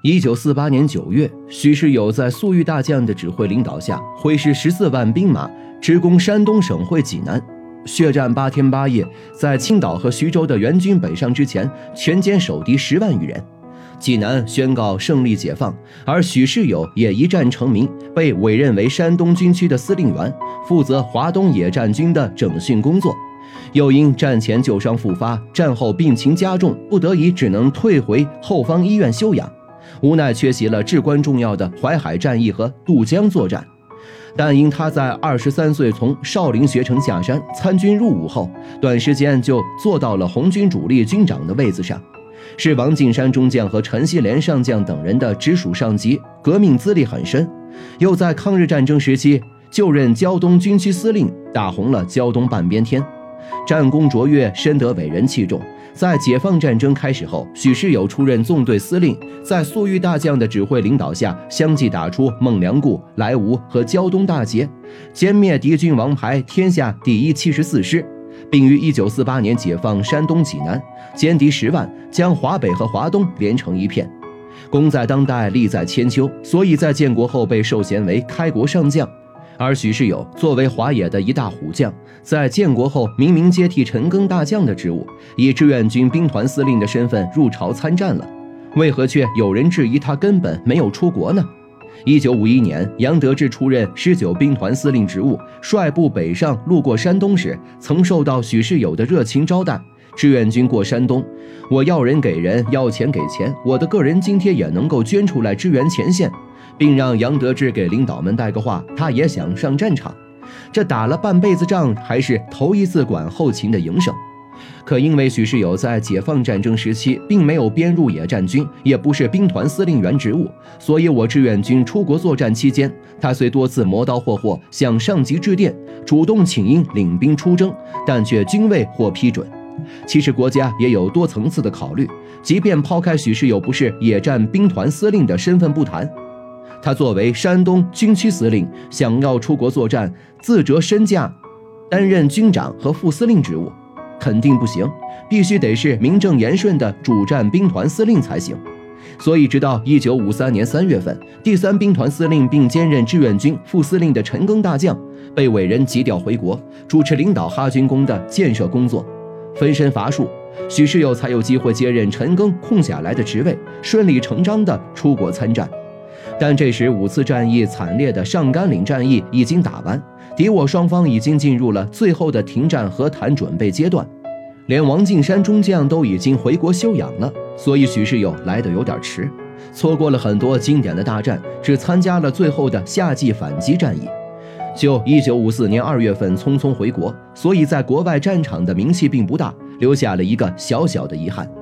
1948年9月，许世友在粟裕大将的指挥领导下，挥师14万兵马直攻山东省会济南，血战8天8夜，在青岛和徐州的援军北上之前，全歼守敌10万余人。济南宣告胜利解放，而许世友也一战成名，被委任为山东军区的司令员，负责华东野战军的整训工作。又因战前旧伤复发，战后病情加重，不得已只能退回后方医院休养。无奈缺席了至关重要的淮海战役和渡江作战，但因他在23岁从少林学成下山，参军入伍后，短时间就坐到了红军主力军长的位子上，是王敬山中将和陈锡联上将等人的直属上级，革命资历很深。又在抗日战争时期就任胶东军区司令，打红了胶东半边天，战功卓越，深得伟人器重。在解放战争开始后，许世友出任纵队司令，在粟裕大将的指挥领导下，相继打出孟良崮、莱芜和胶东大捷，歼灭敌军王牌天下第174师，并于1948年解放山东济南，歼敌10万，将华北和华东连成一片。功在当代，利在千秋，所以在建国后被授衔为开国上将。而许世友作为华野的一大虎将，在建国后明明接替陈赓大将的职务，以志愿军兵团司令的身份入朝参战了，为何却有人质疑他根本没有出国呢？1951年，杨得志出任19兵团司令职务，率部北上，路过山东时，曾受到许世友的热情招待。志愿军过山东，我要人给人，要钱给钱，我的个人津贴也能够捐出来支援前线，并让杨得志给领导们带个话，他也想上战场。这打了半辈子仗，还是头一次管后勤的营生。可因为许世友在解放战争时期并没有编入野战军，也不是兵团司令员职务，所以我志愿军出国作战期间，他虽多次磨刀霍霍，向上级致电，主动请缨领兵出征，但却均未获批准。其实国家也有多层次的考虑，即便抛开许世友不是野战兵团司令的身份不谈，他作为山东军区司令，想要出国作战，自折身价担任军长和副司令职务，肯定不行，必须得是名正言顺的主战兵团司令才行。所以直到1953年3月份，第3兵团司令并兼任志愿军副司令的陈赓大将被委任急调回国，主持领导哈军工的建设工作，分身乏术，许世友才有机会接任陈赓空下来的职位，顺理成章地出国参战。但这时5次战役惨烈的上甘岭战役已经打完，敌我双方已经进入了最后的停战和谈准备阶段，连王敬山中将都已经回国休养了，所以许世友来得有点迟，错过了很多经典的大战，只参加了最后的夏季反击战役。就1954年2月份匆匆回国，所以在国外战场的名气并不大，留下了一个小小的遗憾。